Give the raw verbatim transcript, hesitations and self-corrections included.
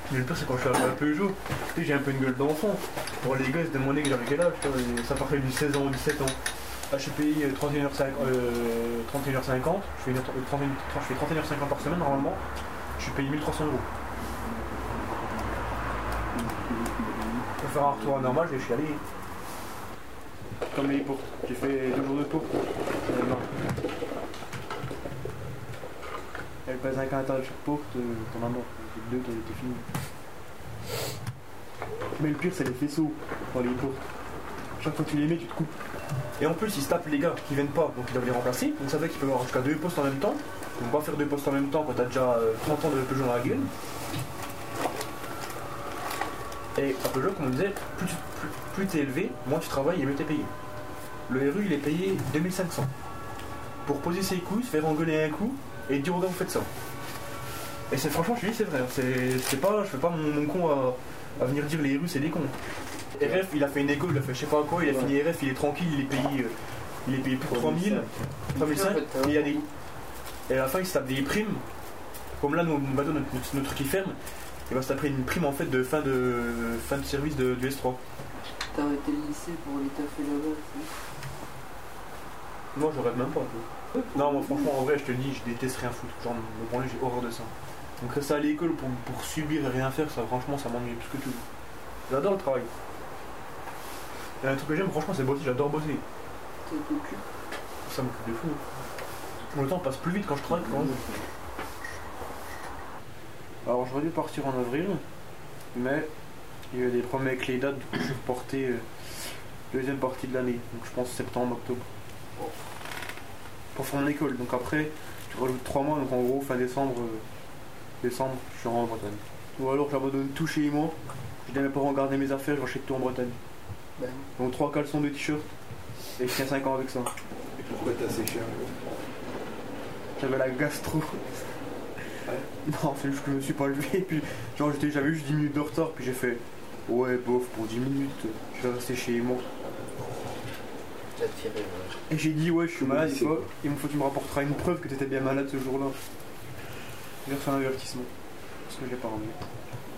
Mais le pire, c'est quand je suis arrivé à Peugeot, tu sais, j'ai un peu une gueule d'enfant. Pour les gars, ils se demandaient que j'avais quel âge, tu vois, et ça partait du seize ans ou dix-sept ans. Là, je suis payé trente et une heures cinquante, euh, trente et une heures cinquante, je fais, une, trente et une, je fais trente et une heures cinquante par semaine normalement, je suis payé mille trois cents euros. Pour faire un retour à normal, je vais chialer. Comme les portes, j'ai fait deux jours de porte. Elle pèse un quintal chaque porte, t'en as mort. Deux, t'es fini. Mais le pire, c'est les faisceaux dans les portes. Chaque fois que tu les mets, tu te coupes. Et en plus, ils se tapent les gars qui viennent pas, donc ils doivent les remplacer. Donc ça veut dire qu'ils peuvent avoir jusqu'à deux postes en même temps. Donc pas faire deux postes en même temps quand t'as déjà trente ans de Peugeot dans la gueule. Et à Peugeot, comme on disait, plus tu plus, plus t'es élevé, moins tu travailles et mieux t'es payé. Le R U, il est payé deux mille cinq cents. Pour poser ses couilles, se faire engueuler un coup et dire aux gars, vous faites ça. Et c'est franchement, je te dis, c'est vrai. C'est pas, je fais pas mon, mon con à, à venir dire les R U, c'est des cons. R F, il a fait une école, il a fait je sais pas quoi, il a ouais. fini R F, il est tranquille, il est payé, euh, il est payé plus de trois mille, trois mille cinq, et il y a des. Et à la fin, il se tape des primes. Comme là, nos bateaux, notre, notre, notre qui ferme, il va se taper une prime en fait de fin de, fin de service de, du S trois. T'as arrêté le lycée pour aller taffer là-bas, tu sais? Non, je rêve même pas. Ouais. Non, moi franchement, en vrai, je te le dis, je déteste rien foutre. Genre, me branler, j'ai horreur de ça. Donc rester à l'école pour, pour subir et rien faire, ça franchement, ça m'ennuie plus que tout. J'adore le travail. Il y a un truc que j'aime, franchement, c'est bosser, j'adore bosser. Ça t'occupe? Ça m'occupe de fou. Le temps passe plus vite quand je travaille que quand je... Alors j'aurais dû partir en avril, mais il y a eu des problèmes avec les dates, du coup je suis reporté euh, deuxième partie de l'année, donc je pense septembre, octobre. Pour faire mon école, donc après tu rajoutes trois mois, donc en gros fin décembre, euh, décembre je suis en Bretagne. Ou alors j'abandonne tout chez moi, je dis à mes parents garder mes affaires, je rachète tout en Bretagne. Ben. Donc trois caleçons, deux t-shirts, et je tiens cinq ans avec ça. Et pourquoi t'as séché un peu? J'avais la gastro. Ouais. Non, c'est juste que je me suis pas levé, puis genre j'avais juste dix minutes de retard, puis j'ai fait ouais bof pour dix minutes, je vais rester chez moi. Tu as tiré, ouais. Et j'ai dit ouais je suis malade, il faut, il faut que tu me rapporteras une preuve que tu étais bien malade ce jour-là. J'ai fait un avertissement, parce que j'ai pas ramené.